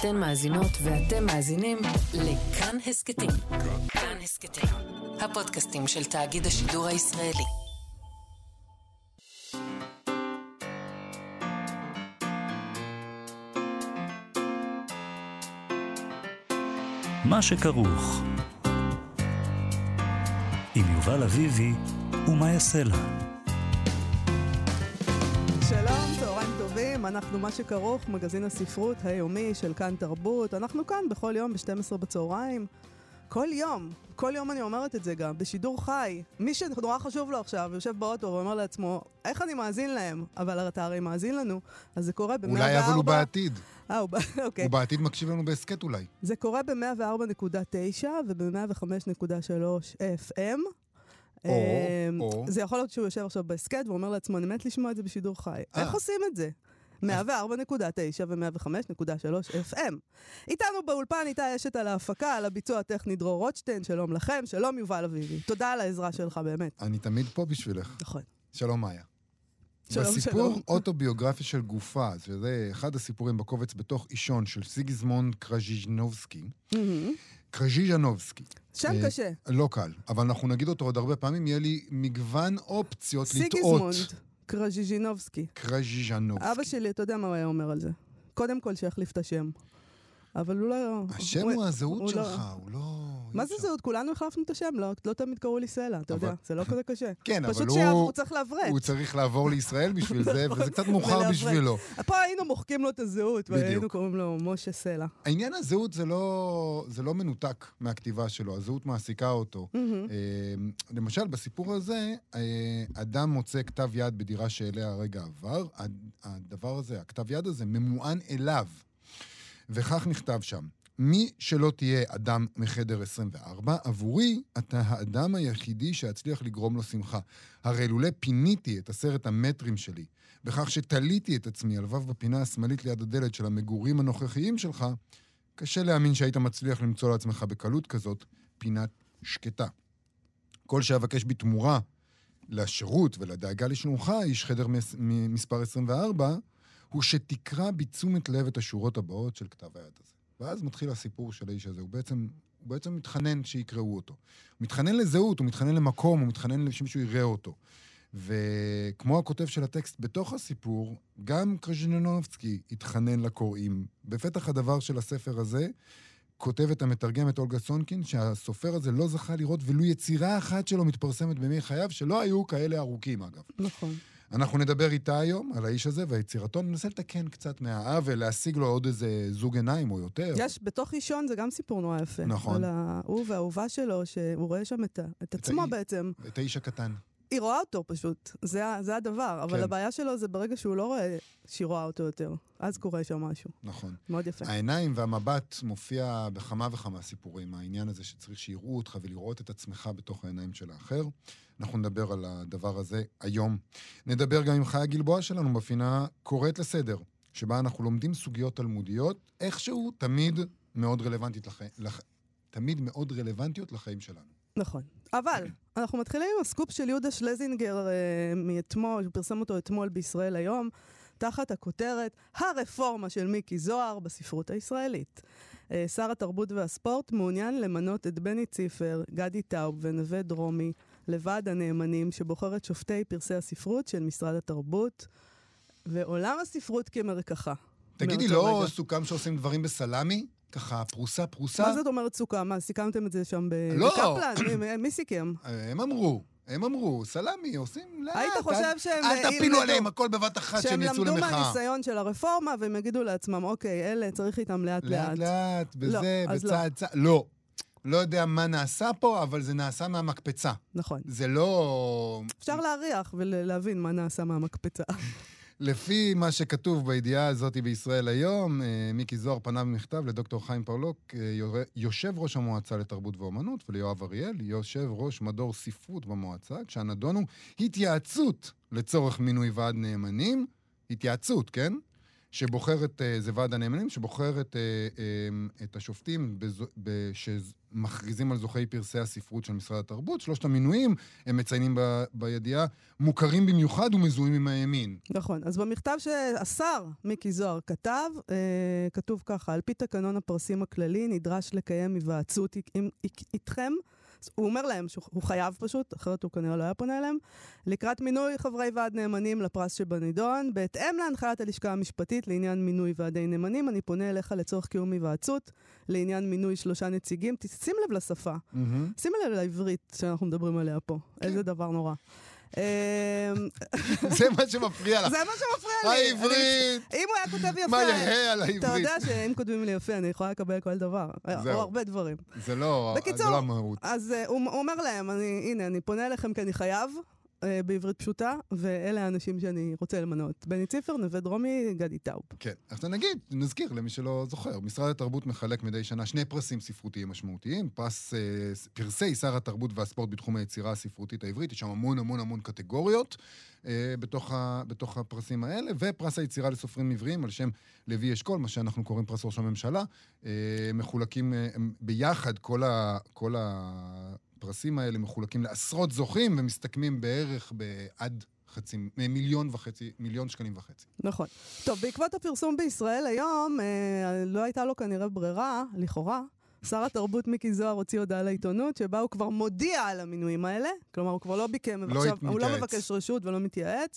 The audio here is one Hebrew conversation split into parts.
אתן מאזינות ואתם מאזינים לכאן הסקטים. כאן הסקטים, הפודקאסטים של תאגיד השידור הישראלי. מה שכרוך עם יובל אביבי ומה יעשה לה. שלום, צהריים טובים, אנחנו מה שכרוך, מגזין הספרות היומי של כאן תרבות. אנחנו כאן בכל יום ב-12 בצהריים. כל יום אני אומרת את זה גם, בשידור חי. מי שנורא חשוב לו עכשיו, יושב באוטו ואומר לעצמו, איך אני מאזין להם? אבל אתה הרי מאזין לנו, אז זה קורה ב-104... אולי אבל הוא בעתיד. אוקיי. הוא בעתיד מקשיב לנו בהסקט אולי. זה קורה ב-104.9 וב-105.3 FM. זה יכול להיות שהוא יושב עכשיו בהסקט ואומר לעצמו, אני מת לשמוע את זה בשידור חי. איך עושים את זה? 104.9 ו-105.3 FM. איתנו באולפן, איתה אשת על ההפקה, על הביצוע הטכני דרור רוטשטיין, שלום לכם, שלום יובל אביבי. תודה על העזרה שלך באמת. אני תמיד פה בשבילך. נכון. שלום מאיה. שלום, בסיפור אוטוביוגרפי של גופה, שזה אחד הסיפורים בקובץ בתוך אישון של סיגיזמונד קרז'יז'נובסקי. קרז'יז'נובסקי. שם קשה. לא קל, אבל אנחנו נגיד אותו עוד הרבה פעמים, יהיה לי מגוון אופציות לטעות. סיגיזמונד קרז'יז'נובסקי. קרז'יז'נובסקי. אבא שלי, אתה יודע מה הוא היה אומר על זה. קודם כל שיחליף את השם. אבל הוא לא... השם הוא הזהות שלך, הוא לא... מה זה זהות? כולנו החלפנו את השם, לא תמיד קראו לי סלע, אתה יודע, זה לא כזה קשה. כן, אבל הוא צריך לעברת. הוא צריך לעבור לישראל בשביל זה, וזה קצת מאוחר בשבילו. פה היינו מוחקים לו את הזהות, והיינו קוראים לו משה סלע. העניין הזהות זה לא מנותק מהכתיבה שלו, הזהות מעסיקה אותו. למשל, בסיפור הזה, אדם מוצא כתב יד בדירה שאליה הרגע עבר, הדבר הזה, הכתב יד הזה, ממוען אליו. וכך נכתב שם, מי שלא תהיה אדם מחדר 24, עבורי אתה האדם היחידי שאצליח לגרום לו שמחה. הרי לולא פיניתי את 10 המטרים שלי, בכך שתליתי את עצמי על וו בפינה השמאלית ליד הדלת של המגורים הנוכחיים שלך, קשה להאמין שהיית מצליח למצוא לעצמך בקלות כזאת פינת שקטה. כל שאבקש בתמורה לשירות ולדאגה לשלומך, איש חדר מספר 24, הוא שתקרא בתשומת לב את השורות הבאות של כתב היד הזה. ואז מתחיל הסיפור של האיש הזה. הוא בעצם מתחנן שיקראו אותו. הוא מתחנן לזהות, הוא מתחנן למקום, הוא מתחנן שמישהו יראה אותו. וכמו הכותב של הטקסט, בתוך הסיפור, גם קרז'יז'נובסקי התחנן לקוראים. בפתח הדבר של הספר הזה, כותבת המתרגמת אולגה סונקין, שהסופר הזה לא זכה לראות ולו יצירה אחת שלו מתפרסמת בימי חייו, שלא היו כאלה ארוכים אגב. נכון. אנחנו נדבר איתה היום על האיש הזה והיצירתו, ננסה לתקן קצת מהעוול, להשיג לו עוד איזה זוג עיניים או יותר. יש, בתוך אישון זה גם סיפור נורא יפה. נכון. על הוא והאהובה שלו, שהוא רואה שם את עצמו בעצם. את האיש הקטן. היא רואה אותו פשוט, זה הדבר, אבל כן. הבעיה שלו זה ברגע שהוא לא רואה שהיא רואה אותו יותר, אז קורה שם משהו. נכון. מאוד יפה. העיניים והמבט מופיע בכמה וכמה סיפורים, העניין הזה שצריך שיראו אותך ולראות את עצמך בתוך העיניים של האחר. אנחנו נדבר על הדבר הזה היום. נדבר גם עם חיה גלבוע שלנו בפינה קוראת לסדר, שבה אנחנו לומדים סוגיות תלמודיות, איכשהו תמיד מאוד רלוונטיות לחיים שלנו. נכון. אבל אנחנו מתחילים עם הסקופ של יהודה שלזינגר מאתמול, פרסם אותו אתמול בישראל היום, תחת הכותרת הרפורמה של מיקי זוהר בספרות הישראלית. שר התרבות והספורט מעוניין למנות את בני ציפר, גדי טאוב ונווה דרומי לוועד הנאמנים שבוחר את שופטי פרסי הספרות של משרד התרבות ועולם הספרות כמרקחה. תגידי, לא סוכם שעושים דברים בסלמי? ככה, פרוסה. מה זאת אומרת סוכם? מה, סיכמתם את זה שם בקפלן? מי סיכם? הם אמרו, סלמי, עושים לאט. היית חושב שהם... אל תפילו עליהם הכל בבת אחת שהם יצאו למחאה. שהם למדו מהניסיון של הרפורמה, והם יגידו לעצמם, אוקיי, אלה, צריך איתם לאט. לאט, בזה, לא, בצעד. לא יודע מה נעשה פה, אבל זה נעשה מהמקפצה. נכון. זה לא... אפשר להריח ולהבין מה נעשה מהמקפצה. לפי מה שכתוב בידיעה הזאת בישראל היום, מיקי זוהר פנה במכתב לדוקטור חיים פרלוק, יושב ראש המועצה לתרבות ואומנות, וליואב אריאל, יושב ראש מדור ספרות במועצה, כשהנדון הוא התייעצות לצורך מינוי ועד נאמנים, התייעצות, כן? שבוחר זה ועד הנאמנים, שבוחר את השופטים שמכריזים על זוכי פרסי הספרות של משרד התרבות. 3 המינויים, הם מציינים בידיעה, מוכרים במיוחד ומזוהים עם הימין. נכון. אז במכתב שהשר מיקי זוהר כתב, כתוב ככה, על פי תקנון הפרסים הכללי, נדרש לקיים היוועצות איתכם, הוא אומר להם שהוא חייב פשוט, אחרת הוא כנראה לא היה פונה אליהם, לקראת מינוי חברי ועד נאמנים לפרס שבנידון, בהתאם להנחיית הלשכה המשפטית לעניין מינוי ועדי נאמנים, אני פונה אליך לצורך קיום היוועצות, לעניין מינוי 3 נציגים, שים לב לשפה, שים לב לעברית שאנחנו מדברים עליה פה, איזה דבר נורא. זה מה שמפריע לך. זה מה שמפריע לי. העברית. אם הוא היה כותב יפה. מה יהיה על העברית? אתה יודע שאם כותבים לי יפה, אני יכולה לקבל כל דבר. או הרבה דברים. זה לא המהות. אז הוא אומר להם, הנה, אני פונה אליכם כי אני חייב, בעברית פשוטה, ואלה האנשים שאני רוצה למנות. בני ציפר, נווה דרומי, גדי טאוב. כן, אז נזכיר למי שלא זוכר. משרד התרבות מחלק מדי שנה 2 פרסים ספרותיים משמעותיים, פרסי שר התרבות והספורט בתחום היצירה הספרותית העברית, יש שם המון קטגוריות בתוך הפרסים האלה, ופרס היצירה לסופרים עבריים על שם לוי אשכול, מה שאנחנו קוראים פרס ראש הממשלה, מחולקים ביחד כל הפרסים האלה מחולקים לעשרות זוכים, ומסתכמים בערך עד 1.5 שקלים. נכון. טוב, בעקבות הפרסום בישראל היום, לא הייתה לו כנראה ברירה, לכאורה, שר התרבות מיקי זוהר הוציא הודעה לעיתונות, שבה הוא כבר מודיע על המינויים האלה, כלומר הוא כבר לא ביקם, הוא לא מבקש רשות ולא מתייעץ.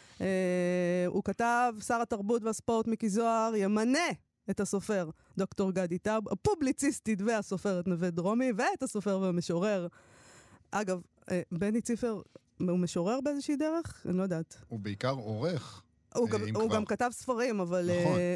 הוא כתב, שר התרבות והספורט מיקי זוהר ימנה את הסופר דוקטור גדי טאוב, הפובליציסטית והסופרת נווה דרומי, ואת הסופר והמשורר. אגב, בני ציפר, הוא משורר באיזושהי דרך? אני לא יודעת. הוא בעיקר עורך. הוא גם כתב ספרים, אבל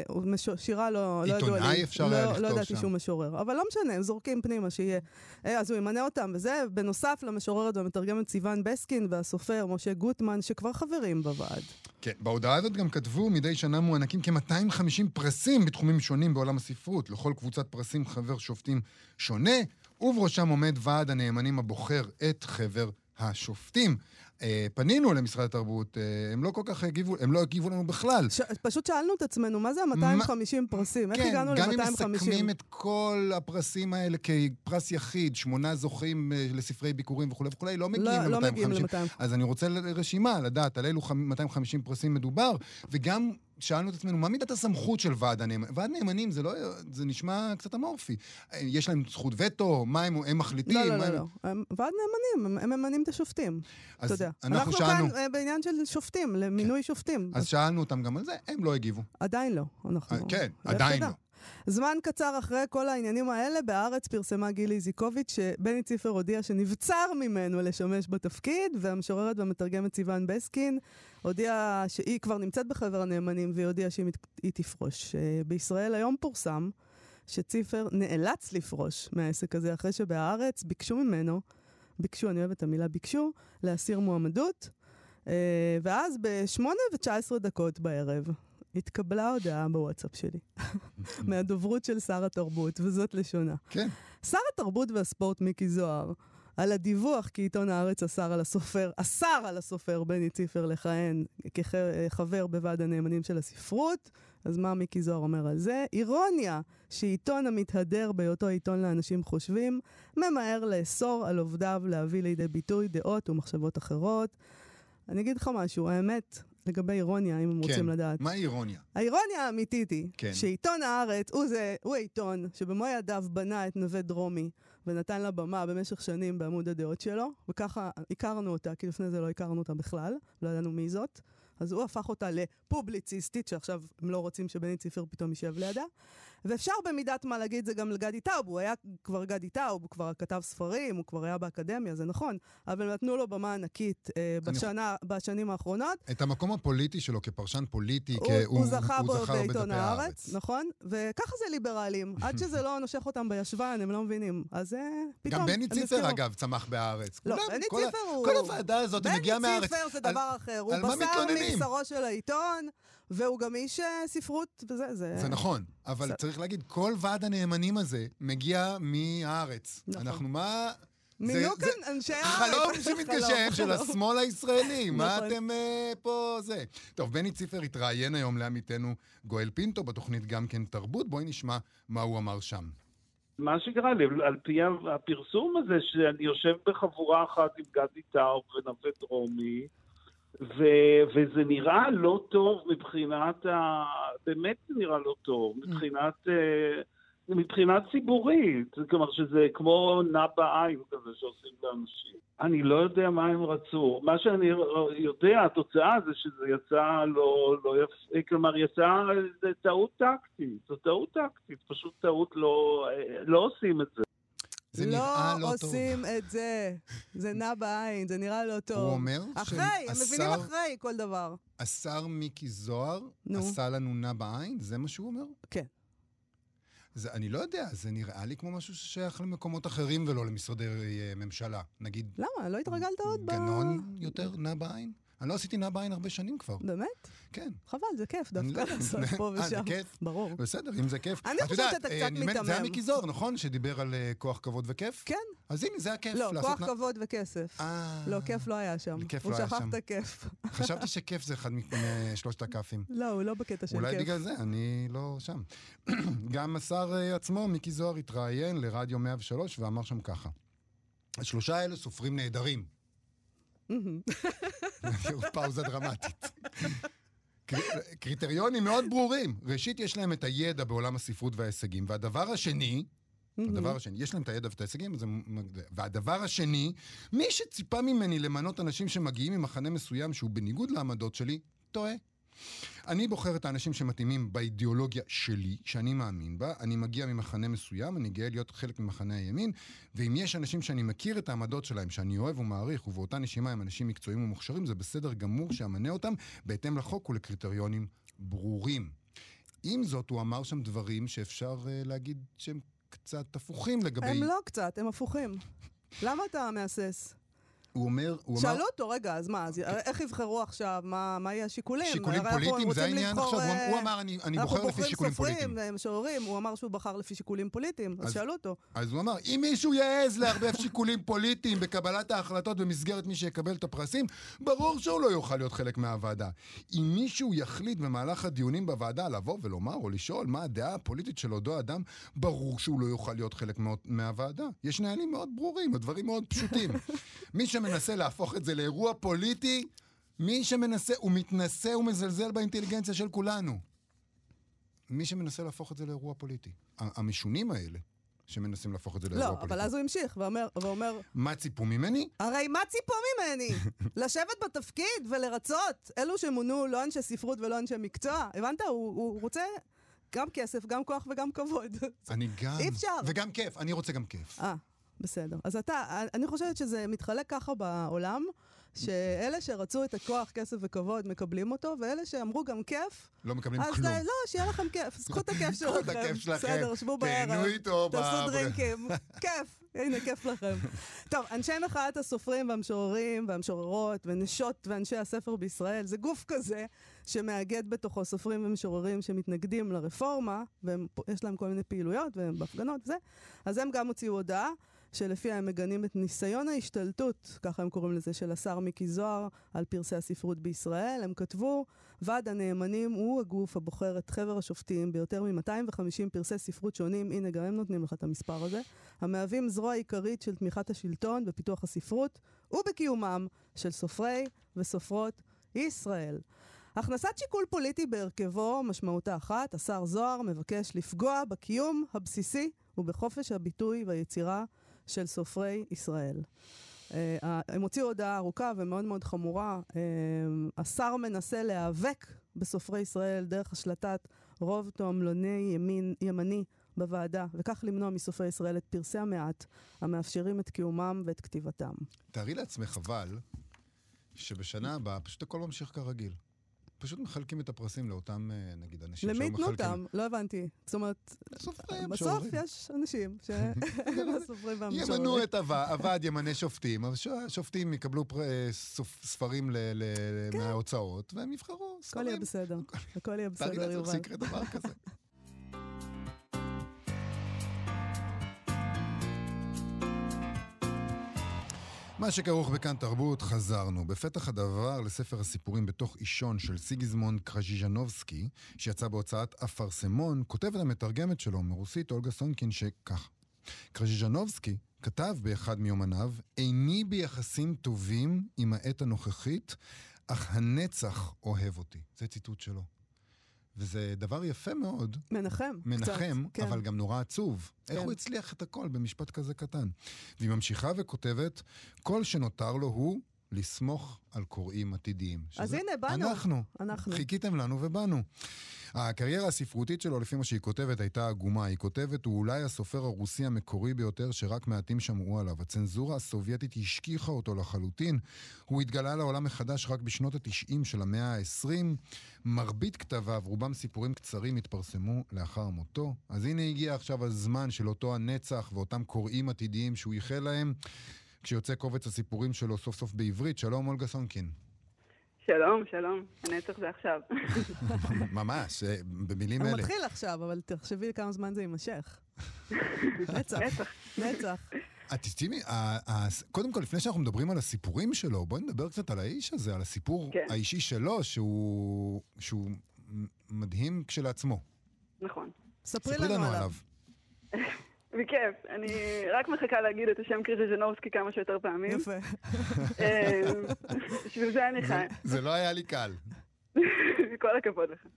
שירה לא ידוע לי. עיתונאי אפשר היה לכתוב שם. לא ידעתי שהוא משורר. אבל לא משנה, הם זורקים פנימה שיהיה. אז הוא ימנה אותם, וזה בנוסף למשוררת והמתרגמת סיוון בסקין והסופר משה גוטמן, שכבר חברים בוועד. כן, בהודעה הזאת גם כתבו מדי שנה מוענקים כ-250 פרסים בתחומים שונים בעולם הספרות. לכל קבוצת פרסים חבר שופטים שונה, ובראשם עומד ועד הנאמנים הבוחר את חבר השופטים. פנינו למשרד התרבות, הם לא כל כך הגיבו, הם לא הגיבו לנו בכלל. פשוט שאלנו את עצמנו, מה זה ה-250 פרסים? איך הגענו ל-250? גם אם מסכמים את כל הפרסים האלה כפרס יחיד, 8 זוכים לספרי ביקורים וכו' וכו', לא מגיעים ל-250. אז אני רוצה רשימה, לדעת, על אילו 250 פרסים מדובר, וגם שאלנו את עצמנו, מה מידת הסמכות של ועד הנאמנים? ועד נאמנים זה נשמע קצת אמורפי. יש להם זכות וטו? מה הם מחליטים? לא. ועד נאמנים, הם ממנים את השופטים. אתה יודע. אנחנו כאן בעניין של שופטים, למינוי שופטים. אז שאלנו אותם גם על זה, הם לא הגיבו. עדיין לא. כן, עדיין לא. זמן קצר אחרי כל העניינים האלה, בארץ פרסמה גילי איזיקוביץ' שבני ציפר הודיע שנבצר ממנו לשמש בתפקיד, והמשוררת והמתרגמת סיוון בסקין הודיעה שהיא כבר נמצאת בחבר הנאמנים, והיא הודיעה שהיא תפרוש. בישראל היום פורסם שציפר נאלץ לפרוש מהעסק הזה, אחרי שבארץ ביקשו ממנו, אני אוהבת את המילה ביקשו, להסיר מועמדות, ואז ב8:19 בערב, התקבלה הודעה בוואטסאפ שלי, מהדוברות של שר התרבות, וזאת לשונה. כן. שר התרבות והספורט מיקי זוהר, על הדיווח כי עיתון הארץ אסר על הסופר בני ציפר לכהן כחבר בוועד הנאמנים של הספרות, אז מה מיקי זוהר אומר על זה? אירוניה שעיתון המתהדר בהיותו עיתון לאנשים חושבים, ממהר לאסור על עובדיו להביא לידי ביטוי דעות ומחשבות אחרות. אני אגיד לך משהו, האמת, לגבי אירוניה, אם הם רוצים לדעת. מה אירוניה? האירוניה האמיתית היא, שעיתון הארץ הוא העיתון שבמו ידיו בנה את נווה דרומי, ונתן לה במה במשך שנים בעמוד הדעות שלו, וככה הכרנו אותה, כי לפני זה לא הכרנו אותה בכלל, לא ידענו מי זאת. אז הוא הפך אותה לפובליציסטית, שעכשיו הם לא רוצים שבני ציפר פתאום יישב לידה. ואפשר במידת מה להגיד זה גם לגדי טאוב, הוא היה כבר גדי טאוב, הוא כבר כתב ספרים, הוא כבר היה באקדמיה, זה נכון, אבל נתנו לו במה ענקית בשנים האחרונות. את המקום הפוליטי שלו כפרשן פוליטי, הוא זכה בו בעיתון הארץ, נכון? וככה זה ליברלים, עד שזה לא נושך אותם בישבן, הם לא מבינים. אז פתאום... גם בני ציפר אגב צמח בארץ. לא, בני ציפר הוא... כל הוועדה הזאת מגיעה מהארץ. בני ציפר זה דבר אחר, הוא בשר מבשרו של העיתון, והוא גם איש ספרות, וזה... זה נכון, אבל צריך להגיד, כל ועד הנאמנים הזה מגיע מהארץ. אנחנו מינו כאן אנשי... חלום שמתגשם של השמאל הישראלי. מה אתם פה זה? טוב, בני ציפר התראיין היום לעמיתנו גואל פינטו בתוכנית גם כן תרבות. בואי נשמע מה הוא אמר שם. מה שקרה לי, על פי הפרסום הזה, שאני יושב בחבורה אחת עם גדי טאוב ונווה דרומי, וזה נראה לא טוב מבחינת, באמת זה נראה לא טוב, מבחינת ציבורית, כלומר שזה כמו נע בעין כזה שעושים לאנשים. אני לא יודע מה הם רצו. מה שאני יודע, התוצאה זה שזה יצא לא יפה, כלומר יצא, זה טעות טקטית, זו טעות טקטית, פשוט טעות לא עושים את זה. זה נראה לא טוב. לא עושים את זה. זה נע בעין, זה נראה לא טוב. הוא אומר אחרי, הם מבינים אחרי כל דבר. השר מיקי זוהר עשה לנו נע בעין? זה מה שהוא אומר? כן. אני לא יודע, זה נראה לי כמו משהו ששייך למקומות אחרים ולא למשרדי ממשלה. נגיד... למה? לא התרגלת עוד גנון יותר נע בעין? אני לא עשיתי נע בעין הרבה שנים כבר. באמת? כן. חבל, זה כיף דווקא לעשות פה ושם. זה כיף? ברור. בסדר, אם זה כיף. אני חושבת שאתה קצת מתאמם. זה היה מיקי זוהר, נכון? שדיבר על כוח כבוד וכיף? כן. אז הנה, זה הכיף. לא, כוח כבוד וכסף. לא, כיף לא היה שם. הוא שכח את הכיף. חשבתי שכיף זה אחד משלושת הכפים. לא, הוא לא בקטע של כיף. אולי בגלל זה, אני לא שם. גם השר עצמו, מיקי זוהר, התראיין לרדיו 103 ואמר שם ככה. השלושה האלה סופרים נהדרים. פאוזה דרמטית. קריטריונים מאוד ברורים. ראשית, יש להם את הידע בעולם הספרות וההישגים, והדבר השני, יש להם את הידע ואת ההישגים, והדבר השני, מי שציפה ממני למנות אנשים שמגיעים ממחנה מסוים שהוא בניגוד לעמדות שלי, טועה. אני בוחר את האנשים שמתאימים באידיאולוגיה שלי, שאני מאמין בה, אני מגיע ממחנה מסוים, אני גאה להיות חלק ממחנה הימין, ואם יש אנשים שאני מכיר את העמדות שלהם, שאני אוהב ומעריך, ובאותה נשימה הם אנשים מקצועיים ומוכשרים, זה בסדר גמור שאמנה אותם בהתאם לחוק ולקריטריונים ברורים. עם זאת, הוא אמר שם דברים שאפשר להגיד שהם קצת הפוכים לגבי... הם לא קצת, הם הפוכים. למה אתה מאסס? הוא אומר... שאלו אותו, רגע, אז מה? איך יבחרו עכשיו? מה יהיה השיקולים? שיקולים פוליטיים, זה העניין עכשיו. הוא אמר, אני בוחר לפי שיקולים פוליטיים. אנחנו בוחרים סופרים ומשוררים, הוא אמר שהוא בחר לפי שיקולים פוליטיים, אז שאלו אותו. אז הוא אמר, אם מישהו יעז לערבב שיקולים פוליטיים בקבלת ההחלטות במסגרת מי שיקבל את הפרסים, ברור שהוא לא יוכל להיות חלק מהוועדה. אם מישהו יחליט במהלך הדיונים בוועדה לבוא ולומר או לשאול מה הדעה הפוליטית של אותו אדם, ברור שהוא לא יוכל להיות חלק מהוועדה. יש נהלים מאוד ברורים, הדברים מאוד פשוטים. מי שמנסה להפוך את זה לאירוע פוליטי, מי שמנסה, הוא מתנסה ומזלזל באינטליגנציה של כולנו. מי שמנסה להפוך את זה לאירוע פוליטי. המשונים האלה שמנסים להפוך את זה לאירוע פוליטי. לא, אבל אז הוא המשיך ואומר... מה ציפו ממני? הרי מה ציפו ממני? לשבת בתפקיד ולרצות אלו שמונו לא אנשי ספרות ולא אנשי מקצוע. הבנת? הוא רוצה גם כסף, גם כוח וגם כבוד. אני גם... אי אפשר. וגם כיף, אני רוצה גם כיף. בסדר. אז אני חושבת שזה מתחלק ככה בעולם, שאלה שרצו את הכוח, כסף וכבוד מקבלים אותו, ואלה שאמרו גם כיף, לא מקבלים אז כלום. לא, שיהיה לכם כיף. זכו את הכיף שלכם. זכו את הכיף שלכם. בסדר, שבו בערב. תהנו איתו. תעשו דרינקים. כיף. הנה, כיף לכם. טוב, אנשי מחאת הסופרים והמשוררים והמשוררות ונשות ואנשי הספר בישראל, זה גוף כזה שמאגד בתוכו סופרים ומשוררים שמתנגדים לרפורמה, ויש להם כל מיני פעילויות והם בהפגנות וזה. אז הם גם הוציאו הודעה שלפיה הם מגנים את ניסיון ההשתלטות, ככה הם קוראים לזה, של השר מיקי זוהר על פרסי הספרות בישראל. הם כתבו, ועד הנאמנים הוא הגוף הבוחר את חבר השופטים ביותר מ-250 פרסי ספרות שונים, הנה גם הם נותנים לך את המספר הזה, המהווים זרוע עיקרית של תמיכת השלטון ופיתוח הספרות, ובקיומם של סופרי וסופרות ישראל. הכנסת שיקול פוליטי בהרכבו משמעותה אחת, השר זוהר מבקש לפגוע בקיום הבסיסי ובחופש הביטוי והיצירה של סופרי ישראל. הם הוציאו הודעה ארוכה ומאוד מאוד חמורה. השר מנסה להיאבק בסופרי ישראל דרך השלטת רוב תועמלוני ימני בוועדה, וכך למנוע מסופרי ישראל את פרסי המעט המאפשרים את קיומם ואת כתיבתם. תארי לעצמך אבל שבשנה הבאה פשוט הכל ממשיך כרגיל. פשוט מחלקים את הפרסים לאותם, נגיד, אנשים למי תנו אותם? לא הבנתי. זאת אומרת, בסוף יש אנשים שסופרים והמשוררים. ימנו את הוועד ימנה שופטים, השופטים יקבלו ספרים מההוצאות, והם יבחרו ספרים. הכל יהיה בסדר. הכל יהיה בסדר, יובל. תגיד, זה דבר כזה. מה שכרוך בכאן תרבות, חזרנו. בפתח הדבר לספר הסיפורים בתוך אישון של סיגיזמונד קרז'יז'נובסקי, שיצא בהוצאת אפרסמון, כותבת המתרגמת שלו מרוסית אולגה סונקין שכך: קרז'יז'נובסקי כתב באחד מיומניו, איני ביחסים טובים עם העת הנוכחית, אך הנצח אוהב אותי. זה ציטוט שלו. וזה דבר יפה מאוד. מנחם, קצת, אבל גם נורא עצוב. כן. איך הוא הצליח את הכל במשפט כזה קטן? והיא ממשיכה וכותבת, כל שנותר לו הוא לסמוך על קוראים עתידיים. אז הנה, באנו. אנחנו. חיכיתם לנו ובאנו. הקריירה הספרותית שלו, לפי מה שהיא כותבת, הייתה עגומה. היא כותבת, הוא אולי הסופר הרוסי המקורי ביותר שרק מעטים שמעו עליו. הצנזורה הסובייטית השכיחה אותו לחלוטין. הוא התגלה לעולם מחדש רק בשנות ה-90 של המאה ה-20. מרבית כתביו, רובם סיפורים קצרים, התפרסמו לאחר מותו. אז הנה הגיע עכשיו הזמן של אותו הנצח ואותם קוראים עתידיים שהוא ייחל להם, כשיוצא קובץ הסיפורים שלו סוף סוף בעברית. שלום, אולגה סונקין. שלום, שלום. הנצח זה עכשיו. ממש, במילים אלה. הוא מתחיל עכשיו, אבל תחשבי כמה זמן זה יימשך. נצח. תשמעי, קודם כל, לפני שאנחנו מדברים על הסיפורים שלו, בואי נדבר קצת על האיש הזה, על הסיפור האישי שלו, שהוא מדהים כשלעצמו. נכון. ספרי לנו עליו. בכיף, אני רק מחכה להגיד את השם קרז'יז'נובסקי כמה שיותר פעמים. יפה. בשביל זה אני חי. זה לא היה לי קל. כל הכבוד לך.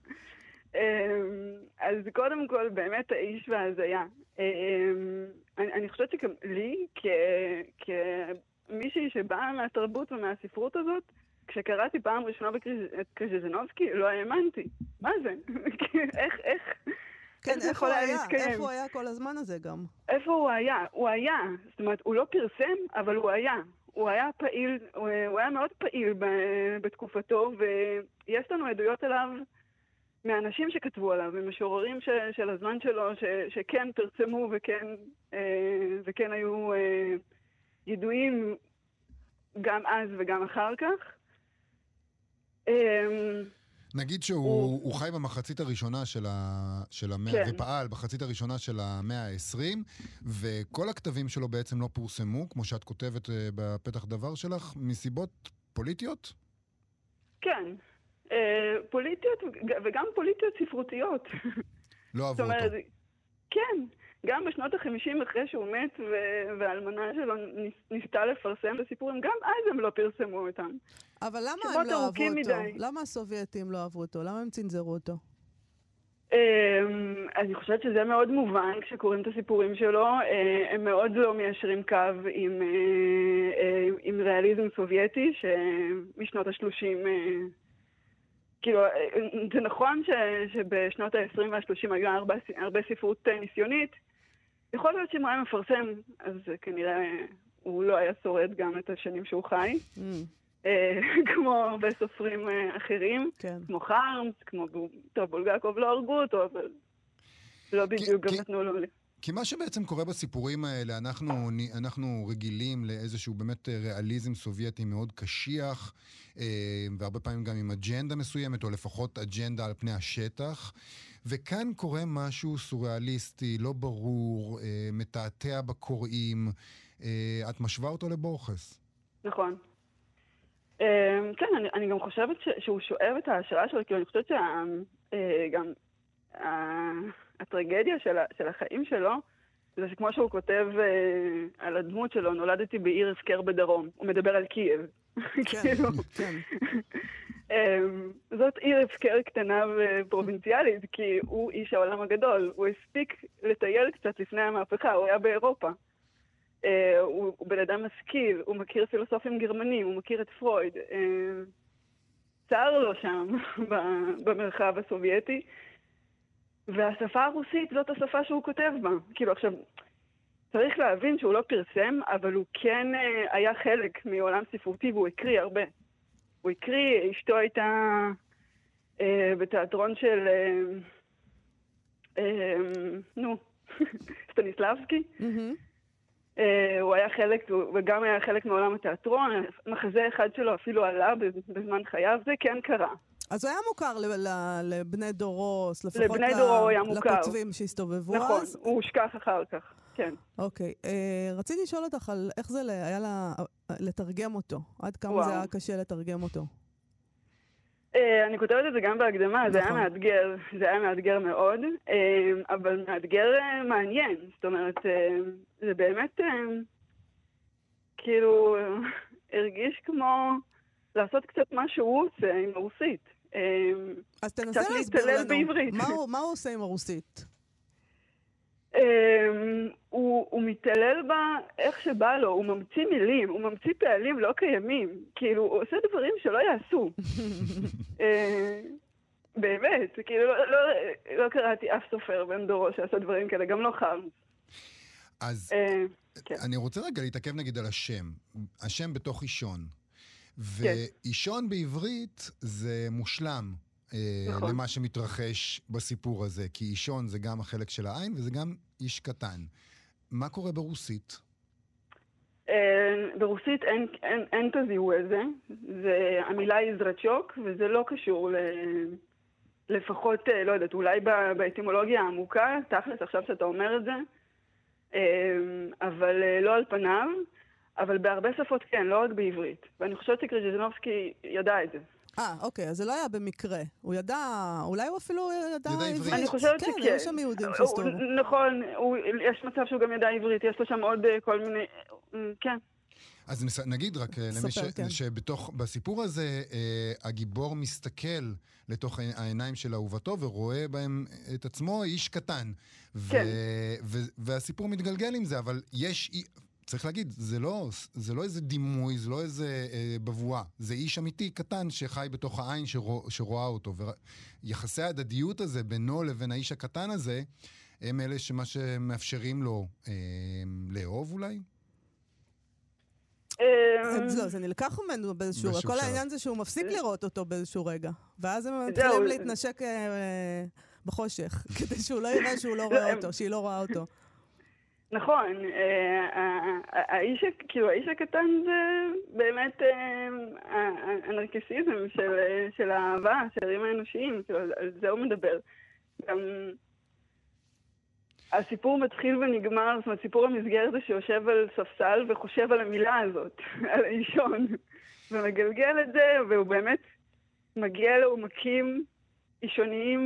אז קודם כל, באמת האיש וההזיה. אני חושבת שגם לי, כמישהי שבאה מהתרבות ומהספרות הזאת, כשקראתי פעם ראשונה את קרז'יז'נובסקי, לא האמנתי. מה זה? איך? כן, איפה הוא היה כל הזמן הזה גם? איפה הוא היה? הוא היה. זאת אומרת, הוא לא פרסם, אבל הוא היה. הוא היה פעיל, הוא היה מאוד פעיל בתקופתו, ויש לנו עדויות עליו מאנשים שכתבו עליו, ומשוררים של הזמן שלו, שכן פרסמו וכן היו ידועים גם אז וגם אחר כך. נגיד שהוא חי במחצית הראשונה של המאה, ופעל בחצית הראשונה של המאה ה-20, וכל הכתבים שלו בעצם לא פורסמו, כמו שאת כותבת בפתח דבר שלך, מסיבות פוליטיות? כן. פוליטיות, וגם פוליטיות ספרותיות. לא אהבו אותו. כן. גם בשנות ה-50 אחרי שהוא מת והאלמנה שלו ניסתה לפרסם בסיפורים, גם אז הם לא פרסמו אותם. אבל למה הם לא אהבו אותו? למה הסובייטים לא אהבו אותו? למה הם צנזרו אותו? אני חושבת שזה מאוד מובן כשקוראים את הסיפורים שלו. הם מאוד לא מיישרים קו עם ריאליזם סובייטי שמשנות ה-30... כאילו, זה נכון שבשנות ה-20 וה-30 היו הרבה ספרות ניסיונית. יכול להיות שאם הוא היה מפרסם, אז כנראה הוא לא היה שורד גם את השנים שהוא חי. כמו הרבה סופרים אחרים, כמו חרמס, כמו בולגקוב לא הרגו אותו, אבל לא בדיוק גם נתנו לו. כי מה שבעצם קורה בסיפורים האלה, אנחנו רגילים לאיזשהו באמת ריאליזם סובייטי מאוד קשיח, והרבה פעמים גם עם אג'נדה מסוימת, או לפחות אג'נדה על פני השטח, וכאן קורה משהו סוריאליסטי, לא ברור, מתעתע בקוראים. את משווה אותו לבורכס. נכון. כן, אני גם חושבת שהוא שואב את ההשראה שלו, כי אני חושבת שגם הטרגדיה של החיים שלו, זה שכמו שהוא כותב על הדמות שלו, נולדתי בעיר הפקר בדרום. הוא מדבר על קייב. כן, כן. זאת עיר הפקר קטנה ופרובינציאלית, כי הוא איש העולם הגדול. הוא הספיק לטייל קצת לפני המהפכה, הוא היה באירופה. הוא בן אדם משכיל, הוא מכיר פילוסופים גרמנים, הוא מכיר את פרויד. צר לו שם במרחב הסובייטי. והשפה הרוסית זאת השפה שהוא כותב בה. כאילו עכשיו, צריך להבין שהוא לא פרסם, אבל הוא כן היה חלק מעולם ספרותי, והוא הקריא הרבה. הוא הקריא, אשתו הייתה בתיאטרון של, סטניסלבסקי. הוא היה חלק, וגם היה חלק מעולם התיאטרון. מחזה אחד שלו אפילו עלה בזמן חייו, זה כן קרה. אז הוא היה מוכר לבני דורו, לפחות לבני דורו הוא היה מוכר. לכותבים שהסתובבו נכון, אז. הוא הושכח אחר כך, כן. אוקיי, רציתי לשאול אותך על איך זה היה לתרגם אותו. עד כמה זה היה קשה לתרגם אותו. אני כותבת את זה גם בהקדמה, זה היה מאתגר מאוד, אבל מאתגר מעניין. זאת אומרת, זה באמת כאילו הרגיש כמו לעשות קצת מה שהוא עושה עם הרוסית. אז תנסה להסביר לנו, מה הוא עושה עם הרוסית? הוא מתעלל בה איך שבא לו, הוא ממציא מילים, הוא ממציא פעלים לא קיימים, כאילו הוא עושה דברים שלא יעשו. באמת, כאילו לא קראתי אף סופר בן דורו שעשה דברים כאלה, גם לא חרמס. אז אני רוצה רגע להתעכב נגיד על השם, השם בתוך אישון, ואישון בעברית זה מושלם. למה שמתרחש בסיפור הזה, כי אישון זה גם החלק של העין וזה גם איש קטן. מה קורה ברוסית? ברוסית אין את הזיהוי הזה. המילה היא זרצ'וק, וזה לא קשור לפחות, לא יודעת, אולי באטימולוגיה העמוקה, תכלס עכשיו שאתה אומר את זה, אבל לא על פניו, אבל בהרבה שפות כן, לא רק בעברית. ואני חושבת שקריז'נובסקי ידע את זה. אוקיי, אז זה לא היה במקרה. הוא ידע, אולי הוא אפילו ידע עברית. אני חושבת שכן. כן, היו שם יהודים שהסתובבו. נכון, יש מצב שהוא גם ידע עברית, יש לו שם עוד כל מיני... כן. אז נגיד רק שבסיפור הזה הגיבור מסתכל לתוך העיניים של אהובתו ורואה בהם את עצמו איש קטן. והסיפור מתגלגל עם זה, אבל יש... צריך להגיד, זה לא איזה דימוי, זה לא איזה בבואה. זה איש אמיתי קטן שחי בתוך העין שרואה אותו. ויחסי ההדדיות הזה בינו לבין האיש הקטן הזה, הם אלה שמה שמאפשרים לו לאהוב אולי? לא, זה נלקח ממנו באיזשהו... כל העניין זה שהוא מפסיק לראות אותו באיזשהו רגע. ואז הם מתחילים להתנשק בחושך, כדי שהוא לא יראה שהוא לא רואה אותו, שהיא לא רואה אותו. נכון, האיש הקטן זה באמת הנרקיסיזם של האהבה, של הרים האנושיים, על זה הוא מדבר. גם הסיפור מתחיל ונגמר, זאת אומרת, סיפור המסגרת זה שיושב על ספסל וחושב על המילה הזאת, על האישון, ומגלגל את זה, והוא באמת מגיע לעומקים אישוניים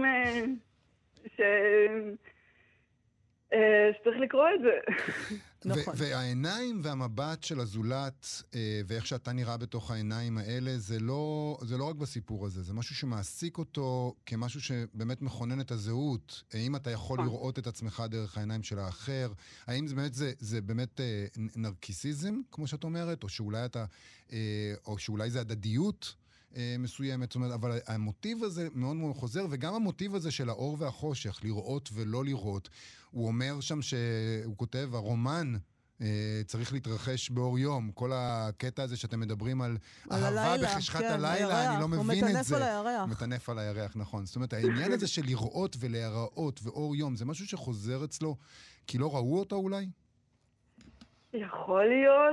שצריך לקרוא את זה. והעיניים והמבט של הזולת, ואיך שאתה נראה בתוך העיניים האלה, זה לא רק בסיפור הזה, זה משהו שמעסיק אותו כמשהו שבאמת מכונן את הזהות. האם אתה יכול לראות את עצמך דרך העיניים של האחר? האם זה באמת נרקיסיזם, כמו שאת אומרת? או שאולי זה הדדיות מסוימת? זאת אומרת, אבל המוטיב הזה מאוד מאוד חוזר, וגם המוטיב הזה של האור והחושך, לראות ולא לראות. הוא אומר שם שהוא כותב, הרומן צריך להתרחש באור יום. כל הקטע הזה שאתם מדברים על אהבה בחשכת הלילה, אני לא מבין את זה. הוא מטנף על הירח. הוא מטנף על הירח, נכון. זאת אומרת, העניין הזה של לראות ולהיראות ואור יום, זה משהו שחוזר אצלו, כי לא ראו אותו אולי? יכול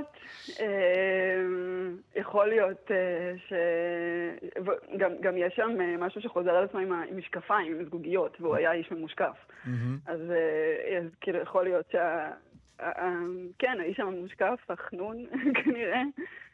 להיות גם יש שם משהו שחוזר על עצמו עם משקפיים, עם זגוגיות, והוא היה איש ממושקף. אז כאילו יכול להיות כן, האיש המושקף, החנון כנראה.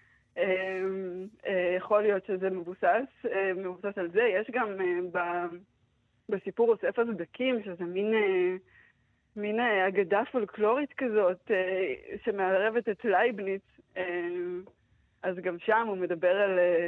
יכול להיות שזה מבוסס על זה. יש גם בסיפור אוסף הסדקים, שזה מין אגדה פולקלורית כזאת שמערבת את לייבניץ, אז גם שם הוא מדבר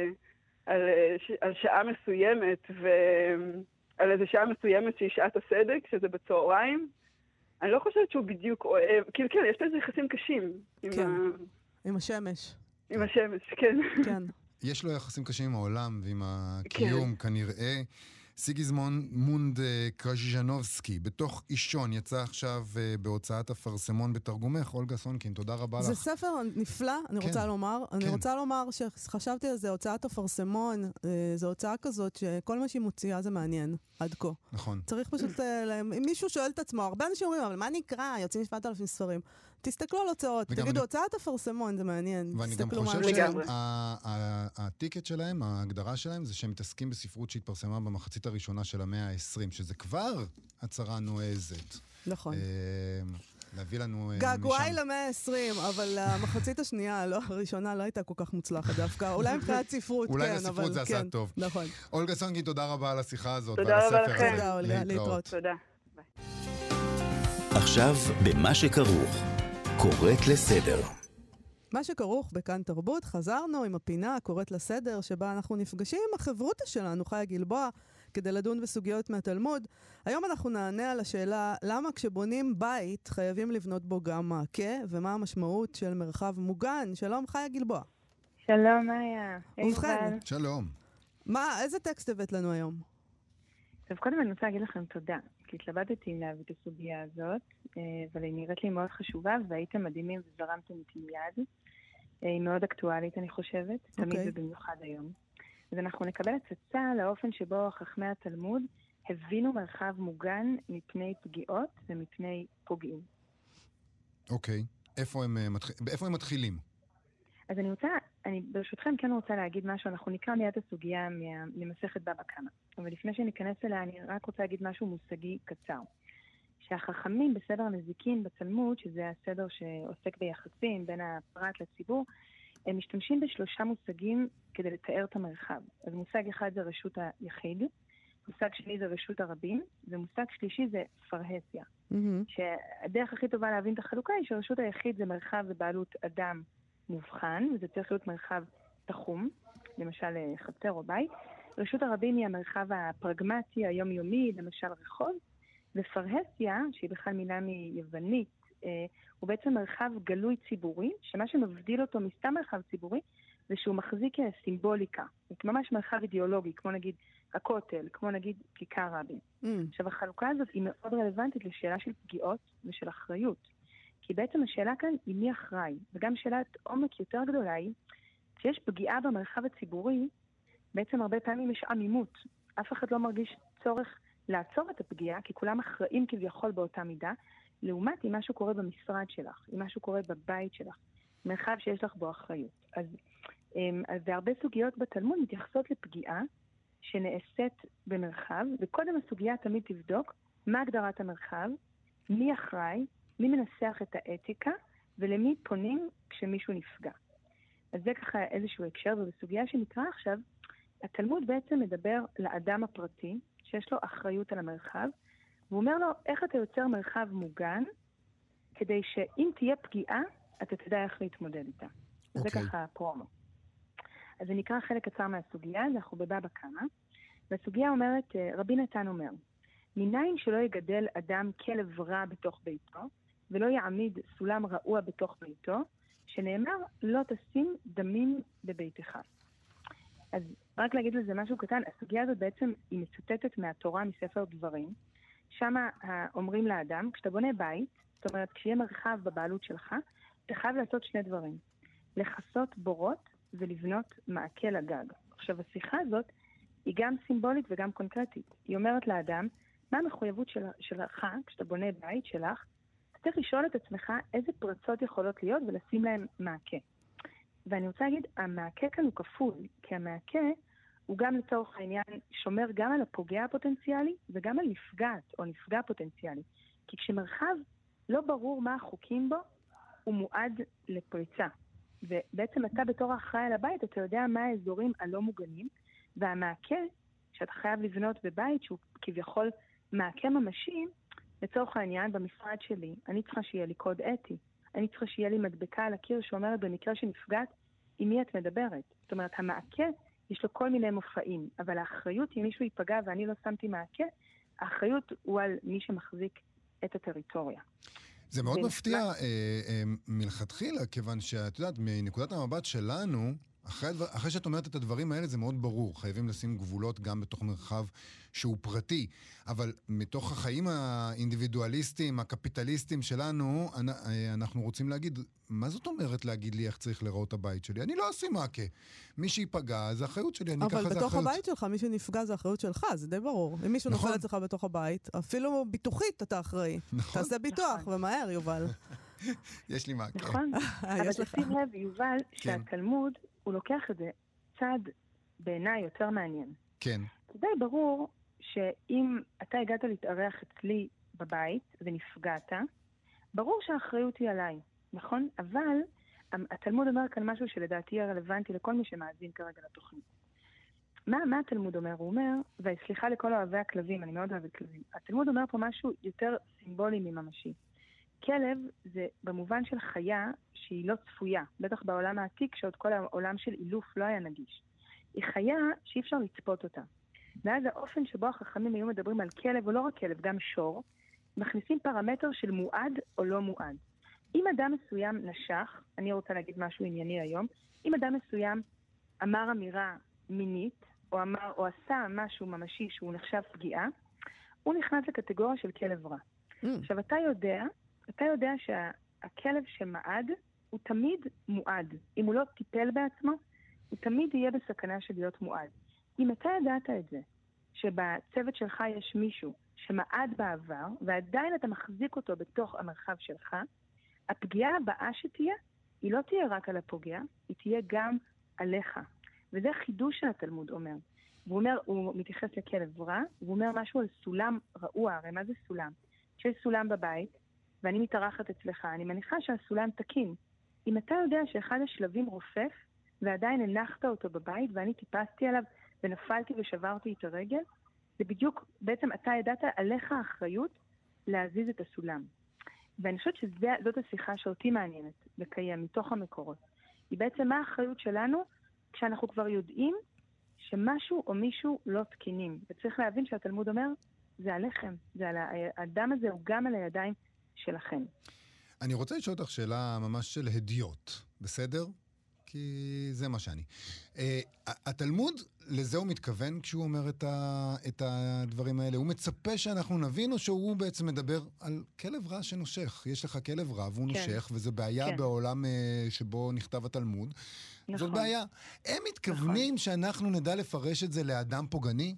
על שעה מסוימת ועל איזו שעה מסוימת שהיא שעת הסדק, שזה בצהריים. אני לא חושבת שהוא בדיוק אוהב, כאילו כן, יש לו איזה יחסים קשים עם השמש. עם השמש, כן. יש לו יחסים קשים עם העולם ועם הקיום כנראה. סיגיזמונד קרז'נובסקי, בתוך אישון, יצא עכשיו בהוצאת הפרסמון בתרגומך. אולגה סונקין, תודה רבה לך. זה ספר נפלא, אני רוצה לומר. אני רוצה לומר שחשבתי על זה, הוצאת הפרסמון, זו הוצאה כזאת שכל מה שהיא מוציאה זה מעניין, עד כה. נכון. צריך פשוט, אם מישהו שואל את עצמו, הרבה אנשים אומרים, אבל מה נקרא? יוצאים 7,000 ספרים. תסתכלו על הוצאות, תגידו, הוצאת אפרסמון, זה מעניין. ואני גם חושב שהטיקט שלהם, ההגדרה שלהם, זה שהם מתעסקים בספרות שהתפרסמה במחצית הראשונה של המאה ה-20, שזה כבר הצהרה נועזת. נכון. להביא לנו געגועי למאה ה-20, אבל המחצית השנייה, הראשונה, לא הייתה כל כך מוצלחת דווקא. אולי מבחינת ספרות, כן. אולי בספרות זה עשה טוב. נכון. אולגה סונקין, תודה רבה על השיחה הזאת. תודה רבה לכם. תודה, אולגה, להתראות. תודה. עכשיו, במה שכרוך, קוראת לסדר. מה שכרוך בכאן תרבות, חזרנו עם הפינה קוראת לסדר, שבה אנחנו נפגשים עם החברותא שלנו, חיה גלבוע, כדי לדון בסוגיות מהתלמוד. היום אנחנו נענה על השאלה, למה כשבונים בית חייבים לבנות בו גם מעקה, ומה המשמעות של מרחב מוגן? שלום, חיה גלבוע. שלום, מאיה. ובכן. שלום. איזה טקסט הבאת לנו היום? טוב, קודם אני רוצה להגיד לכם תודה, כי התלבטתי להביא את הסוגיה הזאת, אבל היא נראית לי מאוד חשובה, והייתם מדהימים וזרמתם איתי מיד. היא מאוד אקטואלית, אני חושבת, תמיד ובמיוחד היום. אז אנחנו נקבל הצצה לאופן שבו חכמי התלמוד הבינו מרחב מוגן מפני פגיעות ומפני פוגעים. אוקיי. איפה הם מתחילים? אז אני ברשותכם כן רוצה להגיד משהו, אנחנו נקרא מיד הסוגיה ממסכת בבא קמא. אבל לפני שניכנס אליה, אני רק רוצה להגיד משהו מושגי קצר. שהחכמים בסדר הנזיקין בתלמוד, שזה הסדר שעוסק ביחסים בין הפרט לציבור, הם משתמשים בשלושה מושגים כדי לתאר את המרחב. אז מושג אחד זה רשות היחיד, מושג שני זה רשות הרבים, ומושג שלישי זה פרהסיה. שהדרך הכי טובה להבין את החלוקה היא שרשות היחיד זה מרחב בבעלות אדם מובחן, וזה צריך להיות מרחב תחום, למשל חצר או בית. רשות הרבים היא המרחב הפרגמטי, היומיומי, למשל רחוב, ופרהסיה, שהיא בכלל מילה מיוונית, הוא בעצם מרחב גלוי ציבורי, שמה שמבדיל אותו מסתם מרחב ציבורי, זה שהוא מחזיק סימבוליקה. זה ממש מרחב אידיאולוגי, כמו נגיד הכותל, כמו נגיד כיכר רבין. עכשיו, החלוקה הזאת היא מאוד רלוונטית לשאלה של פגיעות ושל אחריות. כי בעצם השאלה כאן היא מי אחראי, וגם שאלת עומק יותר גדולה היא, כשיש פגיעה במרחב הציבורי, בעצם הרבה פעמים יש עמימות. אף אחד לא מרגיש צורך לעצור את הפגיעה, כי כולם אחראים כביכול באותה מידה, לעומת אם משהו קורה במשרד שלך, אם משהו קורה בבית שלך, מרחב שיש לך בו אחריות. אז בהרבה סוגיות בתלמוד מתייחסות לפגיעה שנעשית במרחב, וקודם הסוגיה תמיד תבדוק מה הגדרת המרחב, מי אחראי, מי מנסח את האתיקה, ולמי פונים כשמישהו נפגע. אז זה ככה איזשהו הקשר, ובסוגיה שנקרא עכשיו, התלמוד בעצם מדבר לאדם הפרטי, שיש לו אחריות על המרחב, והוא אומר לו, איך אתה יוצר מרחב מוגן, כדי שאם תהיה פגיעה, אתה תדע איך להתמודד איתה. זה ככה פרומו. אז זה נקרא חלק קצר מהסוגיה, אנחנו בבבא קמא, והסוגיה אומרת, רבי נתן אומר, מניין שלא יגדל אדם כלב רע בתוך ביתו, ולא יעמיד סולם רעוע בתוך ביתו, שנאמר, לא תשים דמים בביתך. אז רק להגיד לזה משהו קטן, הסוגיה הזאת בעצם היא מצוטטת מהתורה מספר דברים, שם אומרים לאדם, כשאתה בונה בית, זאת אומרת, כשיהיה מרחב בבעלות שלך, אתה חייב לעשות שני דברים. לחסות בורות ולבנות מעקה לגג. עכשיו, השיחה הזאת היא גם סימבולית וגם קונקרטית. היא אומרת לאדם, מה המחויבות שלך כשאתה בונה בית שלך? אתה צריך לשאול את עצמך איזה פרצות יכולות להיות ולשים להם מעקה. ואני רוצה להגיד, המעקה כאן הוא כפול, כי המעקה הוא גם לצורך העניין שומר גם על הפוגע הפוטנציאלי וגם על נפגעת או נפגע פוטנציאלי. כי כשמרחב לא ברור מה החוקים בו, הוא מועד לפריצה. ובעצם אתה בתור האחראי על הבית, אתה יודע מה האזורים הלא מוגנים, והמעקה שאתה חייב לבנות בבית, שהוא כביכול מעקה ממשי, לצורך העניין במשרד שלי, אני צריכה שיהיה לי קוד אתי. אני צריכה שיהיה לי מדבקה על הקיר שאומרת במקרה שנפגעת, עם מי את מדברת. זאת אומרת, המעקה יש לו כל מיני מופעים, אבל האחריות, אם מישהו ייפגע ואני לא שמתי מעקה, האחריות הוא על מי שמחזיק את הטריטוריה. זה מאוד מפתיע מלכתחילה, כיוון שאת יודעת, מנקודת המבט שלנו, אחרי שאת אומרת את הדברים האלה, זה מאוד ברור. חייבים לשים גבולות גם בתוך מרחב שהוא פרטי. אבל מתוך החיים האינדיבידואליסטיים, הקפיטליסטיים שלנו, אנחנו רוצים להגיד, מה זאת אומרת להגיד לי איך צריך לראות הבית שלי? אני לא אשים מעקה. מי שיפגע, זה אחריות שלי, אני אקח את זה אחריות. אבל בתוך הבית שלך, מי שנפגע זה אחריות שלך, זה די ברור. אם מישהו נופל אצלך בתוך הבית, אפילו ביטוחית אתה אחראי. תעשה ביטוח, ומהר, יובל. יש לי מעקה. נכון? אבל תשים לב, יובל, שהתלמוד, הוא לוקח את זה צעד בעיניי יותר מעניין. כן. זה די ברור שאם אתה הגעת להתארח אצלי בבית ונפגעת, ברור שהאחריות היא עליי, נכון? אבל התלמוד אומר כאן משהו שלדעתי יהיה רלוונטי לכל מי שמאזין כרגע לתוכנית. מה התלמוד אומר? הוא אומר, וסליחה לכל אוהבי הכלבים, אני מאוד אוהבת כלבים, התלמוד אומר פה משהו יותר סימבולי מממשי. כלב זה במובן של חיה שהיא לא צפויה, בטח בעולם העתיק שעוד כל העולם של אילוף לא היה נגיש. היא חיה שאי אפשר לצפות אותה. ואז האופן שבו החכמים היו מדברים על כלב, או לא רק כלב, גם שור, מכניסים פרמטר של מועד או לא מועד. אם אדם מסוים נשך, אני רוצה להגיד משהו ענייני היום, אם אדם מסוים אמר אמירה מינית, או עשה משהו ממשי שהוא נחשב פגיעה, הוא נכנס לקטגוריה של כלב רע. עכשיו, אתה יודע שהכלב שמעד הוא תמיד מועד. אם הוא לא טיפל בעצמו, הוא תמיד יהיה בסכנה של להיות מועד. אם אתה ידעת את זה, שבצוות שלך יש מישהו שמעד בעבר, ועדיין אתה מחזיק אותו בתוך המרחב שלך, הפגיעה הבאה שתהיה, היא לא תהיה רק על הפוגע, היא תהיה גם עליך. וזה חידוש שהתלמוד אומר. והוא אומר, הוא מתייחס לכלב רע, והוא אומר משהו על סולם רעוע. הרי מה זה סולם? שיש סולם בבית, ואני מתארחת אצלך, אני מניחה שהסולם תקין. אם אתה יודע שאחד השלבים רופף, ועדיין הנחת אותו בבית, ואני טיפסתי עליו, ונפלתי ושברתי את הרגל, זה בדיוק, בעצם אתה ידעת עליך האחריות להזיז את הסולם. ואני חושבת שזאת השיחה שאותי מעניינת לקיים מתוך המקורות. היא בעצם מה האחריות שלנו כשאנחנו כבר יודעים שמשהו או מישהו לא תקינים. וצריך להבין שהתלמוד אומר, זה עליכם, זה על האדם הזה, הוא גם על הידיים שלכם. אני רוצה לשאול אותך שאלה ממש של הדיוט, בסדר? כי זה מה שאני. התלמוד, לזה הוא מתכוון כשהוא אומר את הדברים האלה? הוא מצפה שאנחנו נבין, או שהוא בעצם מדבר על כלב רע שנושך? יש לך כלב רע והוא נושך, וזה בעיה בעולם שבו נכתב התלמוד. זאת בעיה. הם מתכוונים שאנחנו נדע לפרש את זה לאדם פוגעני?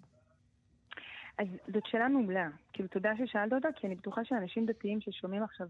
אז זאת שאלה מעולה. כאילו, תודה ששאלת אותה, כי אני בטוחה שאנשים דתיים ששומעים עכשיו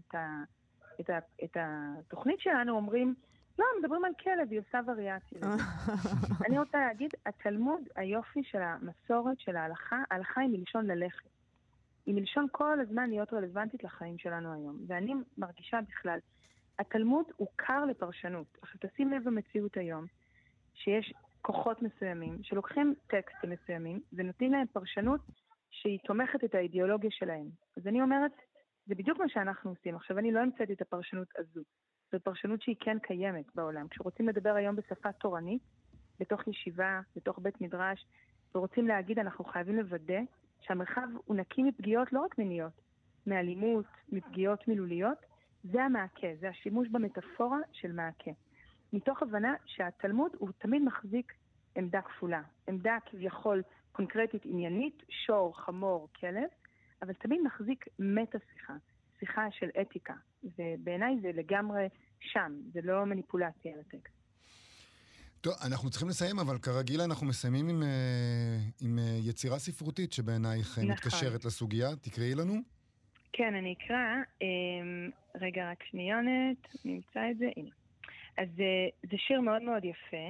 את התוכנית שלנו אומרים, לא, מדברים על כלב, היא עושה וריאציה. אני רוצה להגיד, התלמוד, היופי של המסורת, של ההלכה היא מלשון ללכת. היא מלשון כל הזמן להיות רלוונטית לחיים שלנו היום. ואני מרגישה בכלל, התלמוד הוא קר לפרשנות. עכשיו תשים לב במציאות היום, שיש כוחות מסוימים, שלוקחים טקסטים מסוימים, ונותנים להם פרשנות שהיא תומכת את האידיאולוגיה שלהם. אז אני אומרת, זה בדיוק מה שאנחנו עושים. עכשיו אני לא המצאתי את הפרשנות הזו. זו פרשנות שהיא כן קיימת בעולם. כשרוצים לדבר היום בשפה תורנית, בתוך ישיבה, בתוך בית מדרש, ורוצים להגיד, אנחנו חייבים לוודא שהמרחב הוא נקי מפגיעות לא רק מיניות, מאלימות, מפגיעות מילוליות, זה המעקה, זה השימוש במטאפורה של מעקה. מתוך הבנה שהתלמוד הוא תמיד מחזיק עמדה כפולה, עמדה כביכול קונקרטית עניינית, שור, חמור, כלב, אבל תמיד מחזיק מטה-שיחה, שיחה של אתיקה. ובעיניי זה לגמרי שם, זה לא מניפולציה על הטקסט. טוב, אנחנו צריכים לסיים, אבל כרגיל אנחנו מסיימים עם יצירה ספרותית שבעינייך מתקשרת לסוגיה. תקראי לנו. כן, אני אקרא. רגע, רק שניונת, נמצא את זה. הנה. אז זה שיר מאוד מאוד יפה,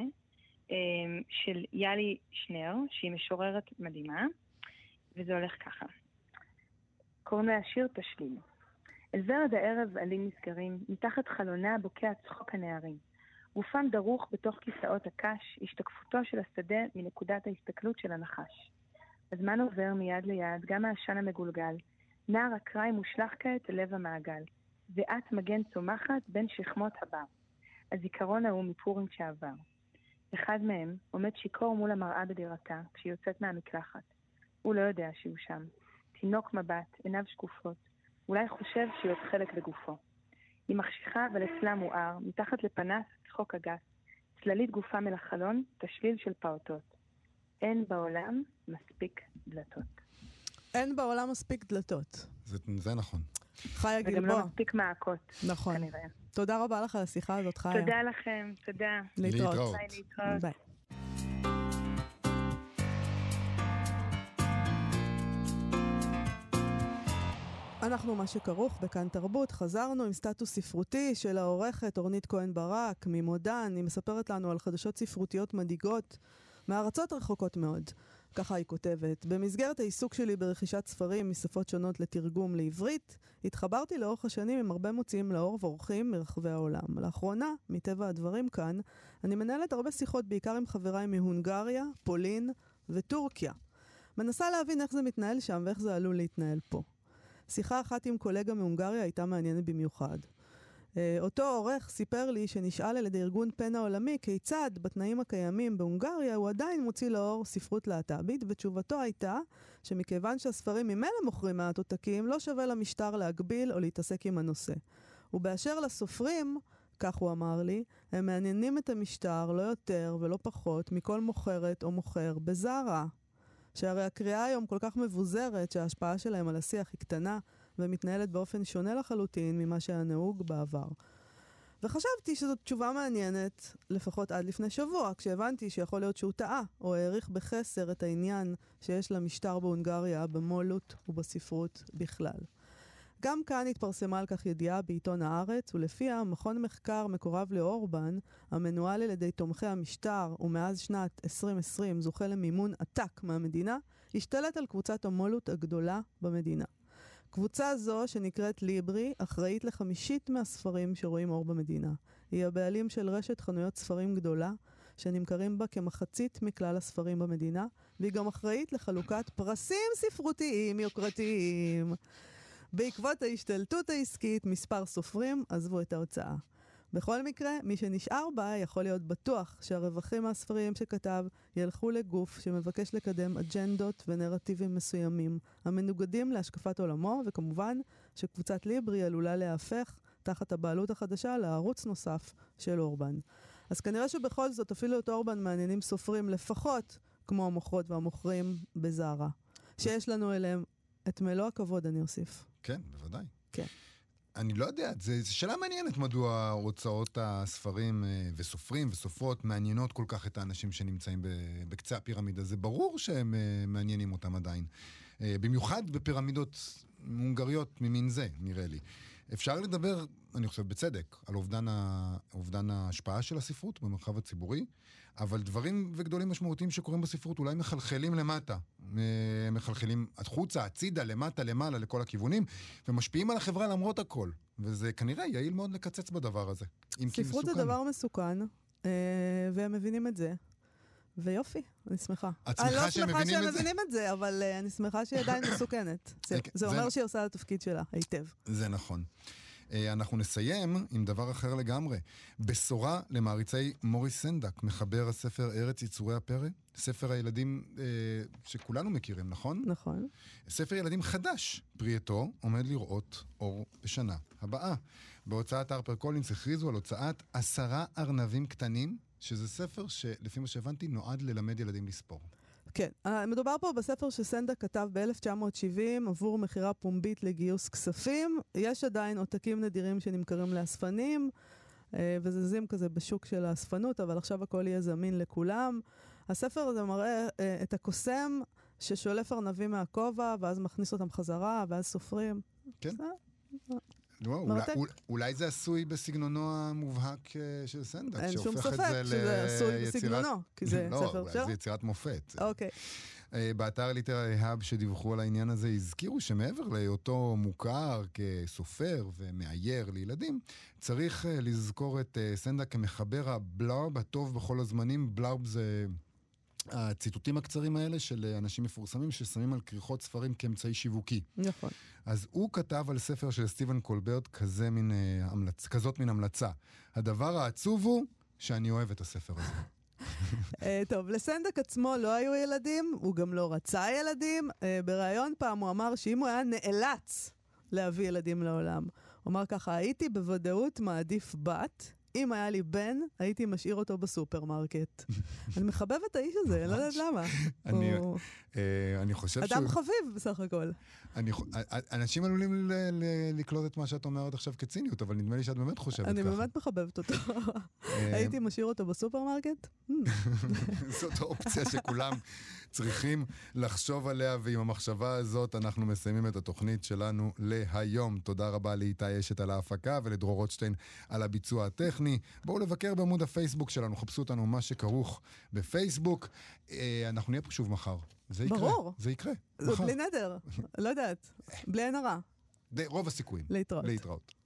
של יאלי שנר, שהיא משוררת מדהימה, וזה הולך ככה. קוראים לה השיר תשליל. אל ורד הערב עלים נסגרים, מתחת חלונה בוקע צחוק הנערים. גופן דרוך בתוך כיסאות הקש, השתקפותו של השדה מנקודת ההסתכלות של הנחש. הזמן עובר מיד ליד, גם העשן המגולגל. נער הקריים מושלך כעת אל לב המעגל. זיעת מגן צומחת בין שכמות הבר. הזיכרון ההוא מפורים שעבר. אחד מהם עומד שיקור מול המראה בדירתה, כשהיא יוצאת מהמקלחת. הוא לא יודע שהוא שם. תינוק מבט, עיניו שקופות. אולי חושב שהיא עוד חלק בגופו. היא מחשיכה אבל אצלה מואר, מתחת לפנס צחוק הגס. צללית גופה מל החלון, תשליל של פעוטות. אין בעולם מספיק דלתות. אין בעולם מספיק דלתות. זה נכון. חיה גלבוע. וגם לא מספיק מעקות. נכון. כנראה. תודה רבה לך על השיחה הזאת, חיה. תודה לכם, תודה. להתראות. ביי, להתראות. ביי. אנחנו מה שכרוך בכאן תרבות, חזרנו עם סטטוס ספרותי של העורכת אורנית כהן ברק ממודן. היא מספרת לנו על חדשות ספרותיות מדאיגות מארצות רחוקות מאוד. ככה היא כותבת: במסגרת העיסוק שלי ברכישת ספרים משפות שונות לתרגום לעברית, התחברתי לאורך השנים עם הרבה מוציאים לאור ועורכים מרחבי העולם. לאחרונה, מטבע הדברים כאן, אני מנהלת הרבה שיחות בעיקר עם חבריי מהונגריה, פולין וטורקיה. מנסה להבין איך זה מתנהל שם ואיך זה עלול להתנהל פה. שיחה אחת עם קולגה מהונגריה הייתה מעניינת במיוחד. אותו עורך סיפר לי שנשאל על ידי ארגון פן העולמי כיצד בתנאים הקיימים בהונגריה הוא עדיין מוציא לאור ספרות להט"בית, ותשובתו הייתה שמכיוון שהספרים ממילא מוכרים מעט עותקים, לא שווה למשטר להגביל או להתעסק עם הנושא. ובאשר לסופרים, כך הוא אמר לי, הם מעניינים את המשטר לא יותר ולא פחות מכל מוכרת או מוכר בזרה. שהרי הקריאה היום כל כך מבוזרת שההשפעה שלהם על השיח היא קטנה ומתנהלת באופן שונה לחלוטין ממה שהיה נהוג בעבר. וחשבתי שזאת תשובה מעניינת, לפחות עד לפני שבוע, כשהבנתי שיכול להיות שהוא טעה, או העריך בחסר את העניין שיש למשטר בהונגריה, במולות ובספרות בכלל. גם כאן התפרסמה על כך ידיעה בעיתון הארץ, ולפיה מכון מחקר מקורב לאורבן, המנוהל על ידי תומכי המשטר, ומאז שנת 2020 זוכה למימון עתק מהמדינה, השתלט על קבוצת המולות הגדולה במדינה. קבוצה זו, שנקראת ליברי, אחראית ל50% מהספרים שרואים אור במדינה. היא הבעלים של רשת חנויות ספרים גדולה, שנמכרים בה כמחצית מכלל הספרים במדינה, והיא גם אחראית לחלוקת פרסים ספרותיים יוקרתיים. בעקבות ההשתלטות העסקית, מספר סופרים עזבו את ההוצאה. בכל מקרה, מי שנשאר בה יכול להיות בטוח שהרווחים מהספרים שכתב ילכו לגוף שמבקש לקדם אג'נדות ונרטיבים מסוימים, המנוגדים להשקפת עולמו, וכמובן שקבוצת ליברי עלולה להפך תחת הבעלות החדשה לערוץ נוסף של אורבן. אז כנראה שבכל זאת אפילו את אורבן מעניינים סופרים לפחות כמו המוכרות והמוכרים בזרה. שיש לנו אליהם את מלוא הכבוד, אני אוסיף. כן, בוודאי. כן. אני לא יודע, זו שאלה מעניינת מדוע הוצאות הספרים וסופרים וסופרות מעניינות כל כך את האנשים שנמצאים בקצה הפירמידה. זה ברור שהם מעניינים אותם עדיין. במיוחד בפירמידות הונגריות ממין זה, נראה לי. אפשר לדבר, אני חושב בצדק, על אובדן ההשפעה של הספרות במרחב הציבורי, אבל דברים וגדולים משמעותיים שקורים בספרות אולי מחלחלים למטה, מחלחלים החוצה, הצידה, למטה, למעלה, לכל הכיוונים, ומשפיעים על החברה למרות הכל. וזה כנראה יעיל מאוד לקצץ בדבר הזה. ספרות זה דבר מסוכן, והם מבינים את זה. ויופי, אני שמחה. את שמחה שהם מבינים את זה? אני לא שמחה שהם מבינים את זה, אבל אני שמחה שהיא עדיין מסוכנת. זה אומר שהיא עושה את התפקיד שלה היטב. זה נכון. אנחנו נסיים עם דבר אחר לגמרי. בשורה למעריצי מוריס סנדק, מחבר הספר ארץ יצורי הפרא, ספר הילדים שכולנו מכירים, נכון? נכון. ספר ילדים חדש, פרי עטו, עומד לראות אור בשנה הבאה. בהוצאת הרפר קולינס הכריזו על הוצאת 10 ארנבים קטנים, שזה ספר שלפי מה שהבנתי נועד ללמד ילדים לספור. כן, מדובר פה בספר שסנדק כתב ב-1970 עבור מחירה פומבית לגיוס כספים. יש עדיין עותקים נדירים שנמכרים לאספנים, וזזים כזה בשוק של האספנות, אבל עכשיו הכל יהיה זמין לכולם. הספר הזה מראה את הקוסם ששולף ארנבים מהכובע, ואז מכניס אותם חזרה, ואז סופרים. כן. אולי זה עשוי בסגנונו המובהק של סנדק, אין שום ספק שזה עשוי בסגנונו, כי זה ספר שלו. זה יצירת מופת. אוקיי. באתר ליטררי האב שדיווחו על העניין הזה, הזכירו שמעבר להיותו מוכר כסופר ומאייר לילדים, צריך לזכור את סנדק כמחבר הבלארב הטוב בכל הזמנים. בלארב זה הציטוטים הקצרים האלה של אנשים מפורסמים ששמים על כריכות ספרים כאמצעי שיווקי. נכון. אז הוא כתב על ספר של סטיבן קולברט כזאת מן המלצה. הדבר העצוב הוא שאני אוהב את הספר הזה. טוב, לסנדק עצמו לא היו ילדים, הוא גם לא רצה ילדים. בראיון פעם הוא אמר שאם הוא היה נאלץ להביא ילדים לעולם, הוא אמר ככה, הייתי בוודאות מעדיף בת, אם היה לי בן, הייתי משאיר אותו בסופרמרקט. אני מחבב את האיש הזה, אני לא יודעת למה. אני חושב שהוא... אדם חביב בסך הכל. אנשים עלולים לקלוט את מה שאת אומרת עכשיו כציניות, אבל נדמה לי שאת באמת חושבת ככה. אני באמת מחבבת אותו. הייתי משאיר אותו בסופרמרקט? זאת האופציה שכולם צריכים לחשוב עליה, ועם המחשבה הזאת אנחנו מסיימים את התוכנית שלנו להיום. תודה רבה לאיתי אשת על ההפקה ולדרור רוטשטיין על הביצוע הטכני. בואו לבקר בעמוד הפייסבוק שלנו, חפשו אותנו מה שכרוך בפייסבוק. אנחנו נהיה פה שוב מחר. זה יקרה. ברור. זה יקרה. בלי נדר. לא יודעת. בלי עין הרע. רוב הסיכויים. להתראות. להתראות.